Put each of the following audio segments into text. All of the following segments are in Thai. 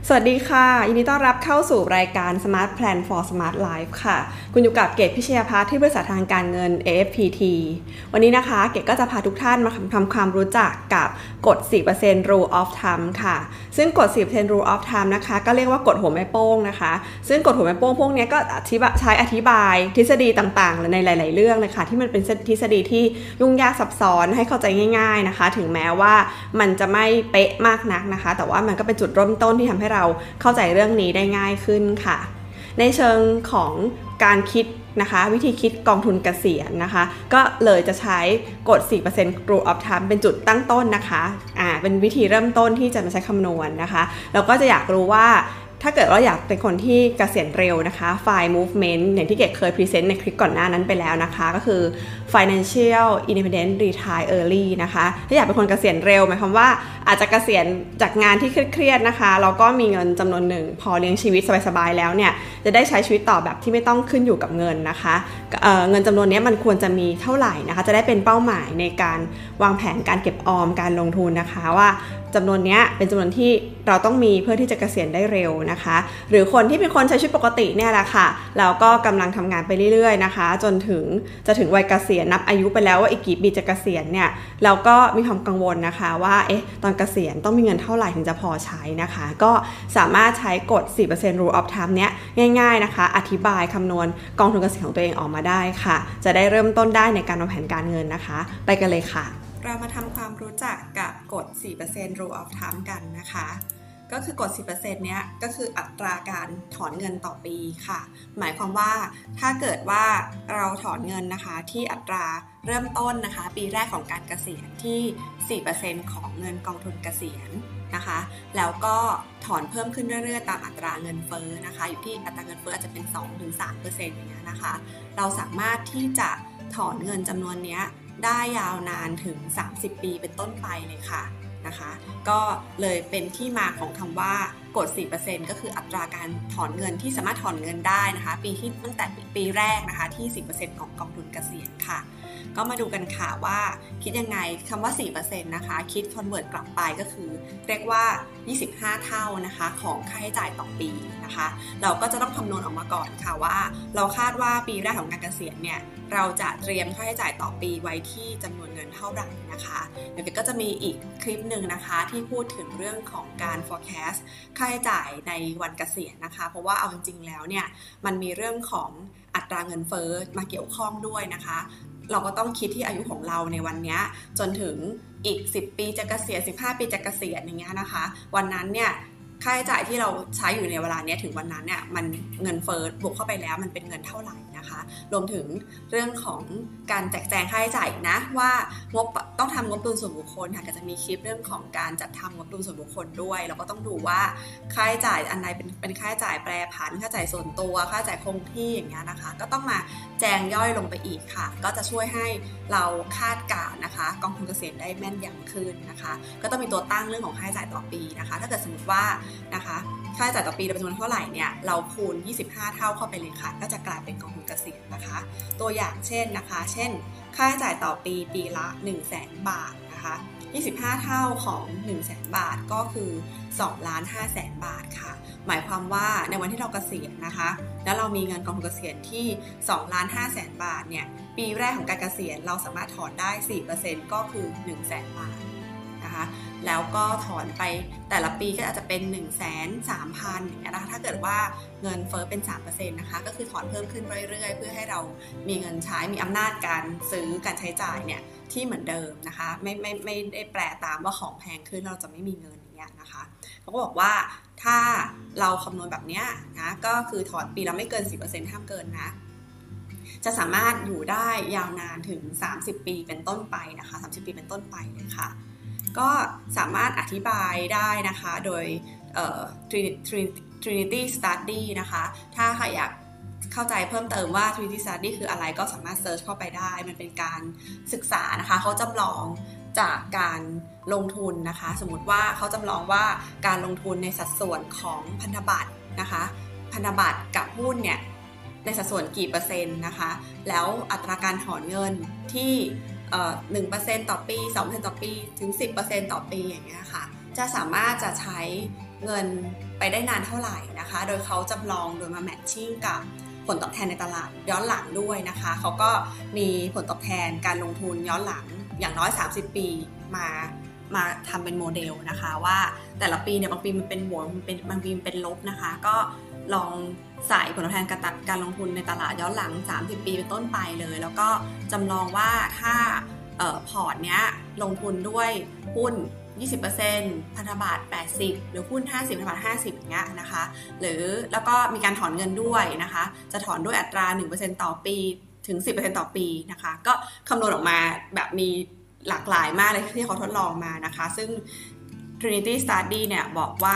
สวัสดีค่ะยินดีต้อนรับเข้าสู่รายการ Smart Plan for Smart Life ค่ะคุณอยู่กับเกตพิชยาภัทรที่บริษัททางการเงิน AFPT วันนี้นะคะเกตก็จะพาทุกท่านมาทำความรู้จักกับกฎ 4% Rule of Thumb ค่ะซึ่งกฎ 4% Rule of Thumb นะคะก็เรียกว่ากฎหัวแม่โป้งนะคะซึ่งกฎหัวแม่โป้งพวกนี้ก็ใช้อธิบายทฤษฎีต่างๆในหลายๆเรื่องเลยค่ะที่มันเป็นทฤษฎีที่ยุ่งยากซับซ้อนให้เข้าใจง่ายๆนะคะถึงแม้ว่ามันจะไม่เป๊ะมากนักนะคะแต่ว่ามันก็เป็นจุดเริ่มต้นที่ทำให้เราเข้าใจเรื่องนี้ได้ง่ายขึ้นค่ะในเชิงของการคิดนะคะวิธีคิดกองทุนเกษียณนะคะก็เลยจะใช้กฎ 4% Rule of Thumb เป็นจุดตั้งต้นนะคะเป็นวิธีเริ่มต้นที่จะมาใช้คำนวณนะคะเราก็จะอยากรู้ว่าถ้าเกิดว่าอยากเป็นคนที่เกษียณเร็วนะคะ FIRE Movement อย่างที่เกดเคยพรีเซนต์ในคลิปก่อนหน้านั้นไปแล้วนะคะก็คือ Financial Independent Retire Early นะคะถ้าอยากเป็นคนเกษียณเร็วหมายความว่าอาจจะเกษียณจากงานที่เครียดๆนะคะแล้วก็มีเงินจำนวนหนึ่งพอเลี้ยงชีวิตสบายๆแล้วเนี่ยจะได้ใช้ชีวิตต่อแบบที่ไม่ต้องขึ้นอยู่กับเงินนะคะเงินจำนวนนี้มันควรจะมีเท่าไหร่นะคะจะได้เป็นเป้าหมายในการวางแผนการเก็บออมการลงทุนนะคะว่าจำนวนนี้เป็นจำนวนที่เราต้องมีเพื่อที่จะเกษียณได้เร็วนะคะหรือคนที่เป็นคนใช้ชีวิตปกติเนี่ยแหละค่ะแล้วก็กำลังทำงานไปเรื่อยๆนะคะจนจะถึงวัยเกษียณนับอายุไปแล้วว่าอีกกี่ปีจะเกษียณเนี่ยเราก็มีความกังวลนะคะว่าตอนเกษียณต้องมีเงินเท่าไหร่ถึงจะพอใช้นะคะก็สามารถใช้กฎ 4% Rule of Thumb เนี้ยง่ายๆนะคะอธิบายคำนวณกองทุนเกษียณของตัวเองออกมาได้ค่ะจะได้เริ่มต้นได้ในการวางแผนการเงินนะคะไปกันเลยค่ะเรามาทำความรู้จักกับกฎ 4% Rule of Thumb กันนะคะก็คือกฎ 4% เนี้ยก็คืออัตราการถอนเงินต่อปีค่ะหมายความว่าถ้าเกิดว่าเราถอนเงินนะคะที่อัตราเริ่มต้นนะคะปีแรกของการเกษียณที่ 4% ของเงินกองทุนเกษียณนะคะแล้วก็ถอนเพิ่มขึ้นเรื่อยๆตามอัตราเงินเฟ้อนะคะอยู่ที่อัตราเงินเฟ้ออาจจะเป็น 2-3% อย่างเงี้ยนะคะเราสามารถที่จะถอนเงินจำนวนเนี้ยได้ยาวนานถึง30ปีเป็นต้นไปเลยค่ะนะคะก็เลยเป็นที่มาของคำว่ากฎ 4% ก็คืออัตราการถอนเงินที่สามารถถอนเงินได้นะคะตั้งแต่ปีแรกนะคะที่ 10% ของกองทุนเกษียณค่ะก็มาดูกันค่ะว่าคิดยังไงคำว่า 4% นะคะคิดคอนเวิร์ตกลับไปก็คือเรียกว่า25เท่านะคะของค่าใช้จ่ายต่อปีนะคะเราก็จะต้องคำนวณออกมาก่อนค่ะว่าเราคาดว่าปีแรกของการเกษียณเนี่ยเราจะเตรียมค่าใช้จ่ายต่อปีไว้ที่จำนวนเงินเท่าไหร่นะคะเดี๋ยวก็จะมีอีกคลิปหนึ่งนะคะที่พูดถึงเรื่องของการ forecast ค่าใช้จ่ายในวันเกษียณนะคะเพราะว่าเอาจริงๆแล้วเนี่ยมันมีเรื่องของอัตราเงินเฟ้อมาเกี่ยวข้องด้วยนะคะเราก็ต้องคิดที่อายุของเราในวันนี้จนถึงอีก10ปีจะเกษียณ15ปีจะเกษียณอย่างเงี้ยนะคะวันนั้นเนี่ยค่าใช้จ่ายที่เราใช้อยู่ในเวลานี้ถึงวันนั้นเนี่ยมันเงินเฟ้อบวกเข้าไปแล้วมันเป็นเงินเท่าไหร่นะคะรวมถึงเรื่องของการแจกแจงค่าใช้จ่ายนะว่างบต้องทำงบดุลส่วนบุคคลค่ะก็จะมีคลิปเรื่องของการจัดทำงบดุลส่วนบุคคลด้วยเราก็ต้องดูว่าค่าใช้จ่ายอันไหนเป็นค่าใช้จ่ายแปรผันค่าใช้จ่ายส่วนตัวค่าใช้จ่ายคงที่อย่างเงี้ยนะคะก็ต้องมาแจงย่อยลงไปอีกค่ะก็จะช่วยให้เราคาดการณ์นะคะกองทุนเกษียณได้แม่นยำขึ้นนะคะก็ต้องมีตัวตั้งเรื่องของค่าใช้จ่ายต่อปีนะคะถ้าเกิดสมมติว่านะคะค่าใช้จ่ายต่อปีเป็นจำนวนเท่าไหร่เนี่ยเราคูณ25เท่าเข้าไปเลยค่ะก็จะกลายเป็นกองทุนเกษียณนะคะตัวอย่างเช่นนะคะเช่นค่าใช้จ่ายต่อปีละ 100,000 บาทนะคะ25เท่าของ 100,000 บาทก็คือ2,500,000 บาทค่ะหมายความว่าในวันที่เราเกษียณนะคะแล้วเรามีเงินกองทุนเกษียณที่2,500,000 บาทเนี่ยปีแรกของการเกษียณเราสามารถถอนได้ 4% ก็คือ 100,000 บาทนะคะแล้วก็ถอนไปแต่ละปีก็อาจจะเป็น 130,000 อย่างเงี้ยนะคะถ้าเกิดว่าเงินเฟ้อเป็น 3% นะคะก็คือถอนเพิ่มขึ้นเรื่อยๆเพื่อให้เรามีเงินใช้มีอำนาจการซื้อการใช้จ่ายเนี่ยที่เหมือนเดิมนะคะไม่ได้แปลตามว่าของแพงขึ้นเราจะไม่มีเงินอย่างเงี้ยนะคะเขาก็บอกว่าถ้าเราคำนวณแบบเนี้ยนะก็คือถอนปีละไม่เกิน 10% ห้ามเกินนะจะสามารถอยู่ได้ยาวนานถึง30ปีเป็นต้นไปนะคะ30ปีเป็นต้นไปเลยค่ะก็สามารถอธิบายได้นะคะโดยTrinity Study นะคะถ้าใครอยากเข้าใจเพิ่มเติมว่า Trinity Study คืออะไรก็สามารถเซิร์ชเข้าไปได้มันเป็นการศึกษานะคะเขาจำลองจากการลงทุนนะคะสมมติว่าเขาจำลองว่าการลงทุนในสัดส่วนของพันธบัตรนะคะพันธบัตรกับหุ้นเนี่ยในสัดส่วนกี่เปอร์เซ็นต์นะคะแล้วอัตราการถอนเงินที่1% ต่อปี 2% ต่อปีถึง 10% ต่อปีอย่างเงี้ยค่ะจะสามารถจะใช้เงินไปได้นานเท่าไหร่นะคะโดยเขาจำลองโดยมาแมทชิ่งกับผลตอบแทนในตลาดย้อนหลังด้วยนะคะเขาก็มีผลตอบแทนการลงทุนย้อนหลังอย่างน้อย30ปีมาทำเป็นโมเดลนะคะว่าแต่ละปีเนี่ยบางปีมันเป็นบวกบางปีมันเป็นลบนะคะก็ลองใส่ผลตอบแทนการลงทุนในตลาดย้อนหลัง30ปีเป็นต้นไปเลยแล้วก็จำลองว่าถ้าพอร์ตเนี้ยลงทุนด้วยหุ้น 20% พันธบัตร80หรือหุ้น50พันธบัตร50อย่างเงี้ยนะคะหรือแล้วก็มีการถอนเงินด้วยนะคะจะถอนด้วยอัตรา 1% ต่อปีถึง 10% ต่อปีนะคะก็คำนวณออกมาแบบมีหลากหลายมากเลยที่เขาทดลองมานะคะซึ่ง Trinity Study เนี่ยบอกว่า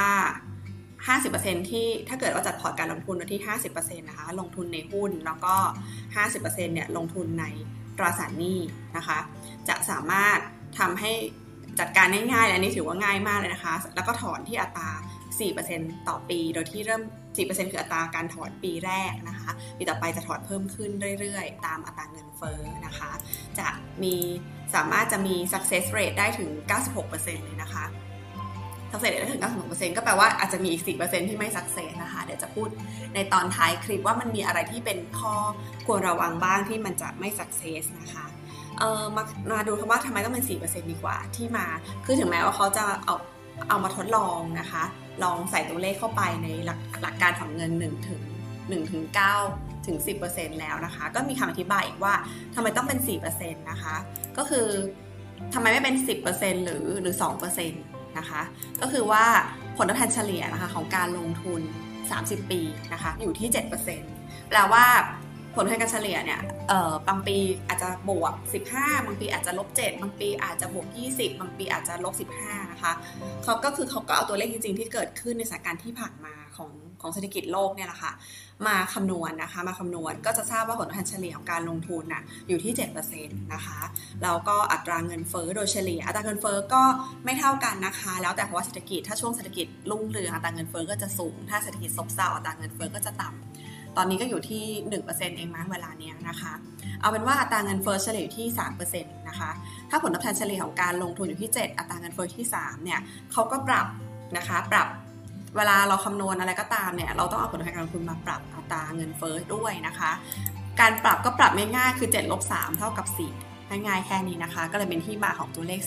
50% ที่ถ้าเกิดว่าจัดพอร์ตการลงทุนที่ 50% นะคะลงทุนในหุ้นแล้วก็ 50% เนี่ยลงทุนในตราสารหนี้นะคะจะสามารถทำให้จัดการง่ายๆและนี่ถือว่าง่ายมากเลยนะคะแล้วก็ถอนที่อัตรา 4% ต่อปีโดยที่เริ่ม 4% คืออัตราการถอนปีแรกนะคะปีต่อไปจะถอนเพิ่มขึ้นเรื่อยๆตามอัตราเงินเฟ้อนะคะสามารถจะมี success rate ได้ถึง 96% เลยนะคะ success rate ได้ถึง 96% ก็แปลว่าอาจจะมีอีก 4% ที่ไม่ success นะคะเดี๋ยวจะพูดในตอนท้ายคลิปว่ามันมีอะไรที่เป็นข้อควรระวังบ้างที่มันจะไม่ success นะคะมาดูกันว่าทำไมต้องเป็น 4% ดีกว่าที่มาคือถึงแม้ว่าเขาจะเอามาทดลองนะคะลองใส่ตัวเลขเข้าไปในหลักการถอนเงิน1ถึง9ถึง 10% แล้วนะคะก็มีคำอธิบายอีกว่าทำไมต้องเป็น 4% นะคะก็คือทำไมไม่เป็น 10% หรือ 2% นะคะก็คือว่าผลตอบแทนเฉลี่ยนะคะของการลงทุน30ปีนะคะอยู่ที่ 7% แปลว่าผลตอบแทนการเฉลี่ยเนี่ยบางปีอาจจะบวก15บางปีอาจจะลบ7บางปีอาจจะบวก20บางปีอาจจะลบ15นะคะเขาก็เอาตัวเลขจริงๆที่เกิดขึ้นในสถานการณ์ที่ผ่านมาของเศรษฐกิจโลกเนี่ยแหละค่ะมาคำนวณนะคะมาคำนวณก็จะทราบว่าผลตอบแทนเฉลี่ยของการลงทุนน่ะอยู่ที่ 7% นะคะแล้วก็อัตราเงินเฟ้อโดยเฉลี่ยอัตราเงินเฟ้อก็ไม่เท่ากันนะคะแล้วแต่เพราะว่าเศรษฐกิจถ้าช่วงเศรษฐกิจรุ่งเรืองอัตราเงินเฟ้อก็จะสูงถ้าเศรษฐกิจซบเซาอัตราเงินเฟ้อก็จะต่ำตอนนี้ก็อยู่ที่ 1% เองมั้งเวลาเนี้ยนะคะเอาเป็นว่าอัตราเงินเฟ้อเฉลี่ยอยู่ที่ 3% นะคะถ้าผลตอบแทนเฉลี่ยของการลงทุนอยู่ที่7อัตราเงินเฟ้อที่3เนี่ยเขาก็ปรับนะคะปรับเวลาเราคำนวณอะไรก็ตามเนี่ยเราต้องเอาผลตอบแทนการลงทุนมาปรับอัตราเงินเฟ้อด้วยนะคะการปรับก็ปรับง่ายๆคือ7-3เท่ากับ4ง่ายๆแค่นี้นะคะก็เลยเป็นที่มาของตัวเลข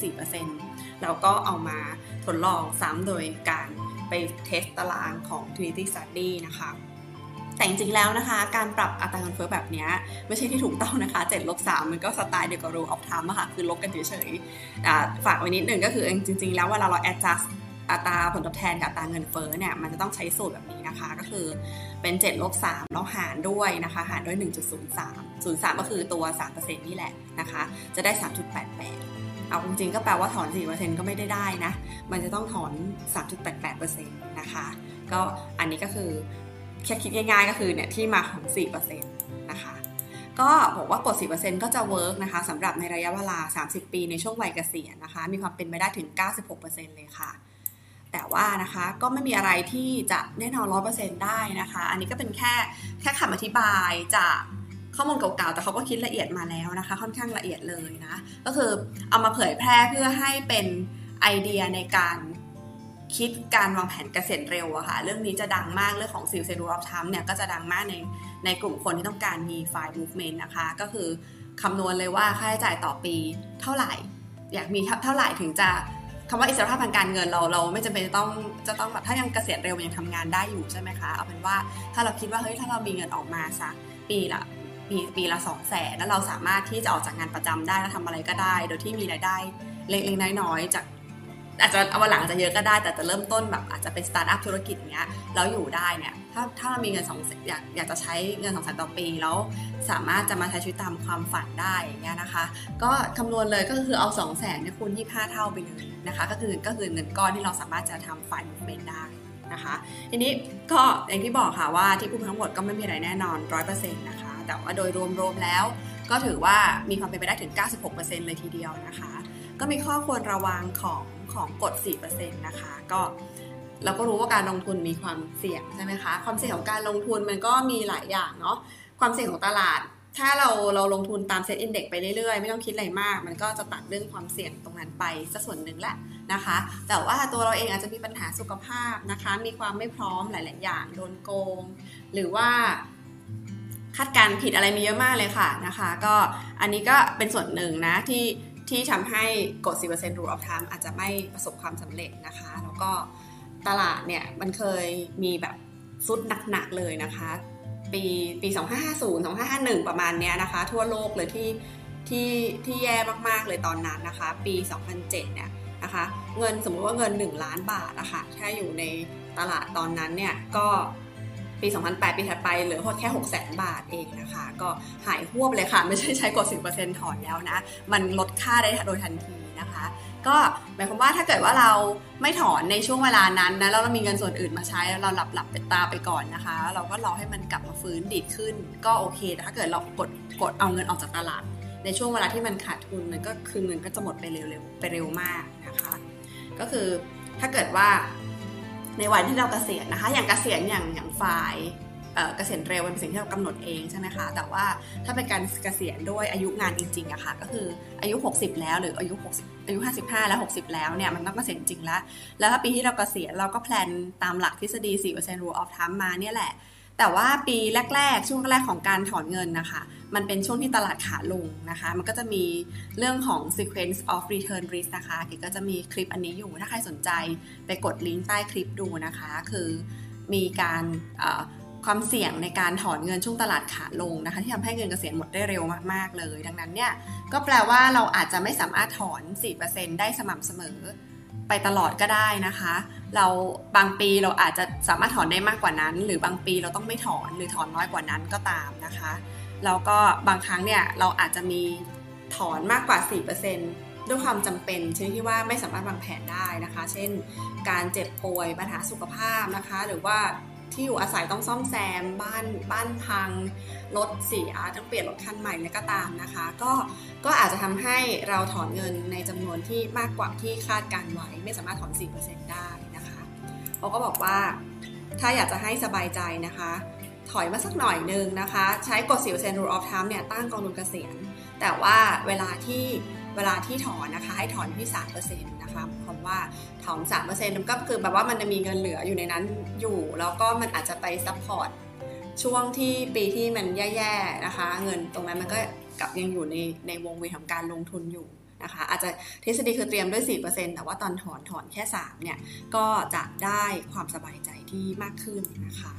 4% แล้วก็เอามาทดลองซ้ำโดยการไปเทสตารางของ Trinity Study นะคะแต่จริงๆแล้วนะคะการปรับอัตราเงินเฟ้อแบบนี้ไม่ใช่ที่ถูกต้องนะคะ7-3มันก็สไตล์เดียวกับ rule of thumb อะค่ะคือลบกันเฉยๆฝากไว้นิดนึงก็คือจริงๆแล้วเวลาเรา adjust อัตราผลตอบแทนกับอัตราเงินเฟ้อเนี่ยมันจะต้องใช้สูตรแบบนี้นะคะก็คือเป็น7-3แล้วหารด้วยนะคะหารด้วย 1.03 ก็คือตัว 3% นี่แหละนะคะจะได้ 3.88 เอาจริงๆก็แปลว่าถอน 4% ก็ไม่ได้นะมันจะต้องถอน 3.88% นะคะก็อันนี้ก็คือแค่คิดง่ายๆก็คือเนี่ยที่มาของ 4% นะคะก็บอกว่ากด 4% ก็จะเวิร์กนะคะสำหรับในระยะเวลา30ปีในช่วงวัยเกษียณนะคะมีความเป็นไปได้ถึง 96% เลยค่ะแต่ว่านะคะก็ไม่มีอะไรที่จะแน่นอน 100% ได้นะคะอันนี้ก็เป็นแค่คำอธิบายจากข้อมูลเก่าๆแต่เขาก็คิดละเอียดมาแล้วนะคะค่อนข้างละเอียดเลยนะก็คือเอามาเผยแพร่เพื่อให้เป็นไอเดียในการคิดการวางแผนเกษียณเร็วอะค่ะเรื่องนี้จะดังมากเรื่องของ Rule of Thumb เนี่ยก็จะดังมากในกลุ่มคนที่ต้องการมี File Movement นะคะก็คือคำนวณเลยว่าค่าใช้จ่ายต่อปีเท่าไหร่อยากมีเท่าไหร่ถึงจะคำว่าอิสรภาพทางการเงินเราไม่จำเป็นจะต้องแบบถ้ายังเกษียณเร็วยังทำงานได้อยู่ใช่ไหมคะเอาเป็นว่าถ้าเราคิดว่าเฮ้ยถ้าเรามีเงินออกมาสักปีละ 200,000 แล้วเราสามารถที่จะออกจากงานประจำได้แล้วทำอะไรก็ได้โดยที่มีรายได้เล็กๆน้อยๆจากอาจจะวันหลังจะเยอะก็ได้แต่จะเริ่มต้นแบบอาจจะเป็นสตาร์ทอัพธุรกิจอย่างเงี้ยแล้วอยู่ได้เนี่ยถ้าเรามีเงินอยากจะใช้เงิน 200,000 ต่อปีแล้วสามารถจะมาใช้ชีวิตตามความฝันได้อย่างเงี้ยนะคะก็คำนวณเลยก็คือเอา 200,000 เนี่ยคูณ25 เท่าไปเลยนะคะก็คือเงินก้อนที่เราสามารถจะทำ File Movement ได้นะคะทีนี้ก็อย่างที่บอกค่ะว่าที่พูดทั้งหมดก็ไม่มีอะไรแน่นอน 100% นะคะแต่ว่าโดยรวมๆแล้วก็ถือว่ามีความเป็นไปได้ถึง 96% เลยทีเดียวนะคะก็มีข้อควรระวังของกฎ 4% นะคะก็เราก็รู้ว่าการลงทุนมีความเสี่ยงใช่ไหมคะความเสี่ยงของการลงทุนมันก็มีหลายอย่างเนาะความเสี่ยงของตลาดถ้าเราลงทุนตามเซ็ตอินเด็กซ์ไปเรื่อยๆไม่ต้องคิดอะไรมากมันก็จะตัดเรื่องความเสี่ยงตรงนั้นไปสักส่วนหนึ่งแหละนะคะแต่ว่าตัวเราเองอาจจะมีปัญหาสุขภาพนะคะมีความไม่พร้อมหลายๆอย่างโดนโกงหรือว่าคาดการณ์ผิดอะไรมีเยอะมากเลยค่ะนะคะก็อันนี้ก็เป็นส่วนหนึ่งนะที่ทำให้กฎ 10% rule of thumb อาจจะไม่ประสบความสำเร็จนะคะแล้วก็ตลาดเนี่ยมันเคยมีแบบซุดหนักๆเลยนะคะปี2550 2551ประมาณเนี้ยนะคะทั่วโลกเลยที่แย่มากๆเลยตอนนั้นนะคะปี2007เนี่ยนะคะเงินสมมุติว่าเงิน1ล้านบาทนะคะถ้าอยู่ในตลาดตอนนั้นเนี่ยก็ปี2008ปีถัดไปเหลือแค่600,000 บาทเองนะคะก็หายหวบเลยค่ะไม่ใช่ใช้กด 10% ถอนแล้วนะมันลดค่าได้โดยทันทีนะคะก็หมายความว่าถ้าเกิดว่าเราไม่ถอนในช่วงเวลานั้นนะแล้วเรามีเงินส่วนอื่นมาใช้แล้วเราหลับตาไปก่อนนะคะเราก็รอให้มันกลับมาฟื้นดีดขึ้นก็โอเคแต่ถ้าเกิดเรากดเอาเงินออกจากตลาดในช่วงเวลาที่มันขาดทุนมันก็คือเงินก็จะหมดไปเร็วมากนะคะก็คือถ้าเกิดว่าในวันที่เราเกษียณนะคะอย่างเกษียณอย่างฝ่ายเกษียณเร็วเป็นสิ่งที่เรากำหนดเองใช่ไหมคะแต่ว่าถ้าเป็นการเกษียณด้วยอายุงานจริงๆอะค่ะก็คืออายุ60แล้วหรืออายุ55แล้ว60แล้วเนี่ยมันต้องเกษียณจริงแล้วถ้าปีที่เราเกษียณเราก็แพลนตามหลักทฤษฎี 4% rule of thumb มาเนี่ยแหละแต่ว่าปีแรกๆช่วงแรกของการถอนเงินนะคะมันเป็นช่วงที่ตลาดขาลงนะคะมันก็จะมีเรื่องของ sequence of return risk นะคะเก๋ก็จะมีคลิปอันนี้อยู่ถ้าใครสนใจไปกดลิงก์ใต้คลิปดูนะคะคือมีการความเสี่ยงในการถอนเงินช่วงตลาดขาลงนะคะที่ทำให้เงินเกษียณหมดได้เร็วมากๆเลยดังนั้นเนี่ยก็แปลว่าเราอาจจะไม่สามารถถอน 4% ได้สม่ำเสมอไปตลอดก็ได้นะคะเราบางปีเราอาจจะสามารถถอนได้มากกว่านั้นหรือบางปีเราต้องไม่ถอนหรือถอนน้อยกว่านั้นก็ตามนะคะแล้วก็บางครั้งเนี่ยเราอาจจะมีถอนมากกว่า 4% ด้วยความจำเป็นชนิดที่ว่าไม่สามารถวางแผนได้นะคะเช่นการเจ็บป่วยปัญหาสุขภาพนะคะหรือว่าที่อยู่อาศัยต้องซ่อมแซมบ้านพังรถเสียต้องเปลี่ยนรถคันใหม่เลยก็ตามนะคะก็อาจจะทำให้เราถอนเงินในจำนวนที่มากกว่าที่คาดการไว้ไม่สามารถถอน 4% ได้นะคะเขาก็บอกว่าถ้าอยากจะให้สบายใจนะคะถอยมาสักหน่อยนึงนะคะใช้กฎ 10% rule of thumb เนี่ยตั้งกองทุนเกษียณแต่ว่าเวลาที่ถอนนะคะให้ถอนที่ 3% นะคะหมายความว่าถอน 3% ก็คือแบบว่ามันจะมีเงินเหลืออยู่ในนั้นอยู่แล้วก็มันอาจจะไปซัพพอร์ตช่วงที่ปีที่มันแย่ๆนะคะเงินตรงนั้นมันก็กลับยังอยู่ในวงเวียนของการลงทุนอยู่นะคะอาจจะทฤษฎีคือเตรียมด้วย 4% แต่ว่าตอนถอนแค่ 3 เนี่ยก็จะได้ความสบายใจที่มากขึ้นนะคะ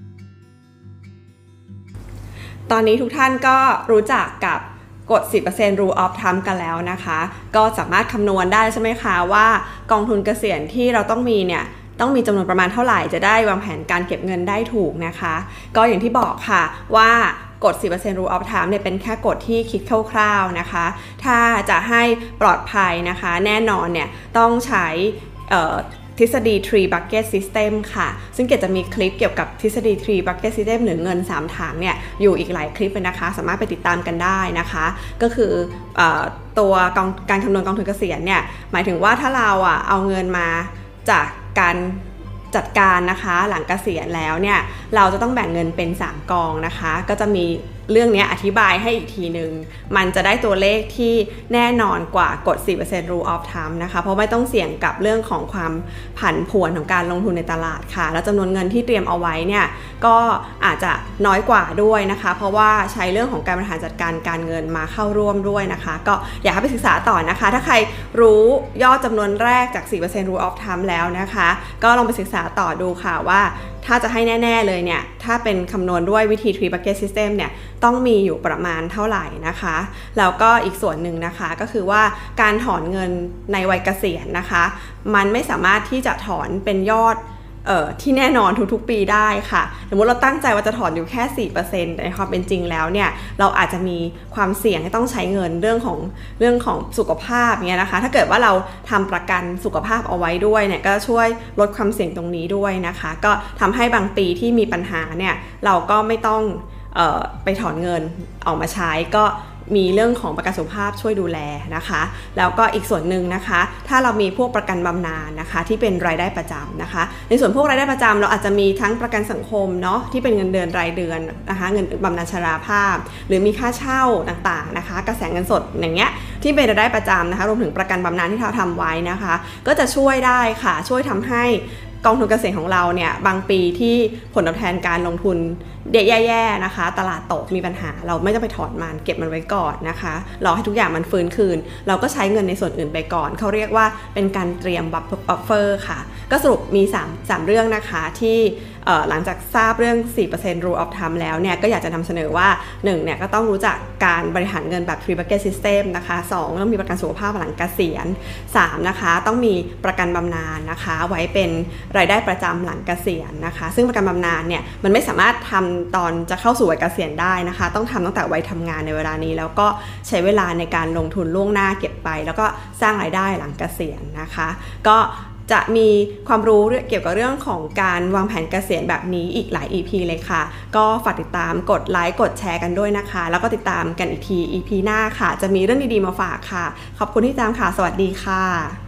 ตอนนี้ทุกท่านก็รู้จักกับกฎ 10% rule of thumb กันแล้วนะคะก็สามารถคำนวณได้ใช่ไหมคะว่ากองทุนเกษียณที่เราต้องมีเนี่ยต้องมีจำนวนประมาณเท่าไหร่จะได้วางแผนการเก็บเงินได้ถูกนะคะก็อย่างที่บอกค่ะว่ากฎ 10% rule of thumb เนี่ยเป็นแค่กฎที่คิดคร่าวๆนะคะถ้าจะให้ปลอดภัยนะคะแน่นอนเนี่ยต้องใช้ทฤษฎี Three Bucket System ค่ะซึ่งเกดจะมีคลิปเกี่ยวกับทฤษฎี Three Bucket System หรือเงิน3ถังเนี่ยอยู่อีกหลายคลิปเลยนะคะสามารถไปติดตามกันได้นะคะก็คือตัวการคำนวณกองทุนเกษียณเนี่ยหมายถึงว่าถ้าเราเอาเงินมาจากการจัดการนะคะหลังเกษียณแล้วเนี่ยเราจะต้องแบ่งเงินเป็น3กองนะคะก็จะมีเรื่องนี้อธิบายให้อีกทีนึงมันจะได้ตัวเลขที่แน่นอนกว่ากฎ 4% rule of thumb นะคะเพราะไม่ต้องเสี่ยงกับเรื่องของความผันผวนของการลงทุนในตลาดค่ะแล้วจำนวนเงินที่เตรียมเอาไว้เนี่ยก็อาจจะน้อยกว่าด้วยนะคะเพราะว่าใช้เรื่องของการบริหารจัดการการเงินมาเข้าร่วมด้วยนะคะก็อยากให้ไปศึกษาต่อนะคะถ้าใครรู้ยอดจำนวนแรกจาก 4% rule of thumb แล้วนะคะก็ลองไปศึกษาต่อดูค่ะว่าถ้าจะให้แน่ๆเลยเนี่ยถ้าเป็นคำนวณด้วยวิธี Three Bucket System เนี่ยต้องมีอยู่ประมาณเท่าไหร่นะคะแล้วก็อีกส่วนหนึ่งนะคะก็คือว่าการถอนเงินในวัยเกษียณนะคะมันไม่สามารถที่จะถอนเป็นยอดที่แน่นอนทุกๆปีได้ค่ะสมมติเราตั้งใจว่าจะถอนอยู่แค่ 4% แต่ในความเป็นจริงแล้วเนี่ยเราอาจจะมีความเสี่ยงให้ต้องใช้เงินเรื่องของสุขภาพเนี่ยนะคะถ้าเกิดว่าเราทำประกันสุขภาพเอาไว้ด้วยเนี่ยก็ช่วยลดความเสี่ยงตรงนี้ด้วยนะคะก็ทำให้บางปีที่มีปัญหาเนี่ยเราก็ไม่ต้องไปถอนเงินออกมาใช้ก็มีเรื่องของประกันสุขภาพช่วยดูแลนะคะแล้วก็อีกส่วนหนึ่งนะคะถ้าเรามีพวกประกันบำนาญนะคะที่เป็นรายได้ประจำนะคะในส่วนพวกรายได้ประจำเราอาจจะมีทั้งประกันสังคมเนาะที่เป็นเงินเดือนรายเดือนนะคะเงินบำนาญชราภาพหรือมีค่าเช่าต่างๆนะคะกระแสเงินสดอย่างเงี้ยที่เป็นรายได้ประจำนะคะรวมถึงประกันบำนาญที่เราทำไว้นะคะก็จะช่วยได้ค่ะช่วยทำให้กองทุนเกษียณของเราเนี่ยบางปีที่ผลตอบแทนการลงทุนแย่ๆนะคะตลาดตกมีปัญหาเราไม่ต้องไปถอนมันเก็บมันไว้ก่อนนะคะรอให้ทุกอย่างมันฟื้นคืนเราก็ใช้เงินในส่วนอื่นไปก่อนเขาเรียกว่าเป็นการเตรียมบัฟเฟอร์ค่ะก็สรุปมี3เรื่องนะคะที่หลังจากทราบเรื่อง 4% rule of thumb แล้วเนี่ยก็อยากจะนำเสนอว่า1เนี่ยก็ต้องรู้จักการบริหารเงินแบบ 3 bucket system นะคะ2ต้องมีประกันสุขภาพหลังเกษียณ3นะคะต้องมีประกันบำนาญนะคะไว้เป็นรายได้ประจำหลังเกษียณนะคะซึ่งประกันบำนาญเนี่ยมันไม่สามารถทำตอนจะเข้าสู่วัยเกษียณได้นะคะต้องทำตั้งแต่วัยทำงานในเวลานี้แล้วก็ใช้เวลาในการลงทุนล่วงหน้าเก็บไปแล้วก็สร้างรายได้หลังเกษียณนะคะก็จะมีความรู้เกี่ยวกับเรื่องของการวางแผนเกษียณแบบนี้อีกหลาย EP เลยค่ะก็ฝากติดตามกดไลค์กดแชร์กันด้วยนะคะแล้วก็ติดตามกันอีกที EP หน้าค่ะจะมีเรื่องดีๆมาฝากค่ะขอบคุณที่ตามค่ะสวัสดีค่ะ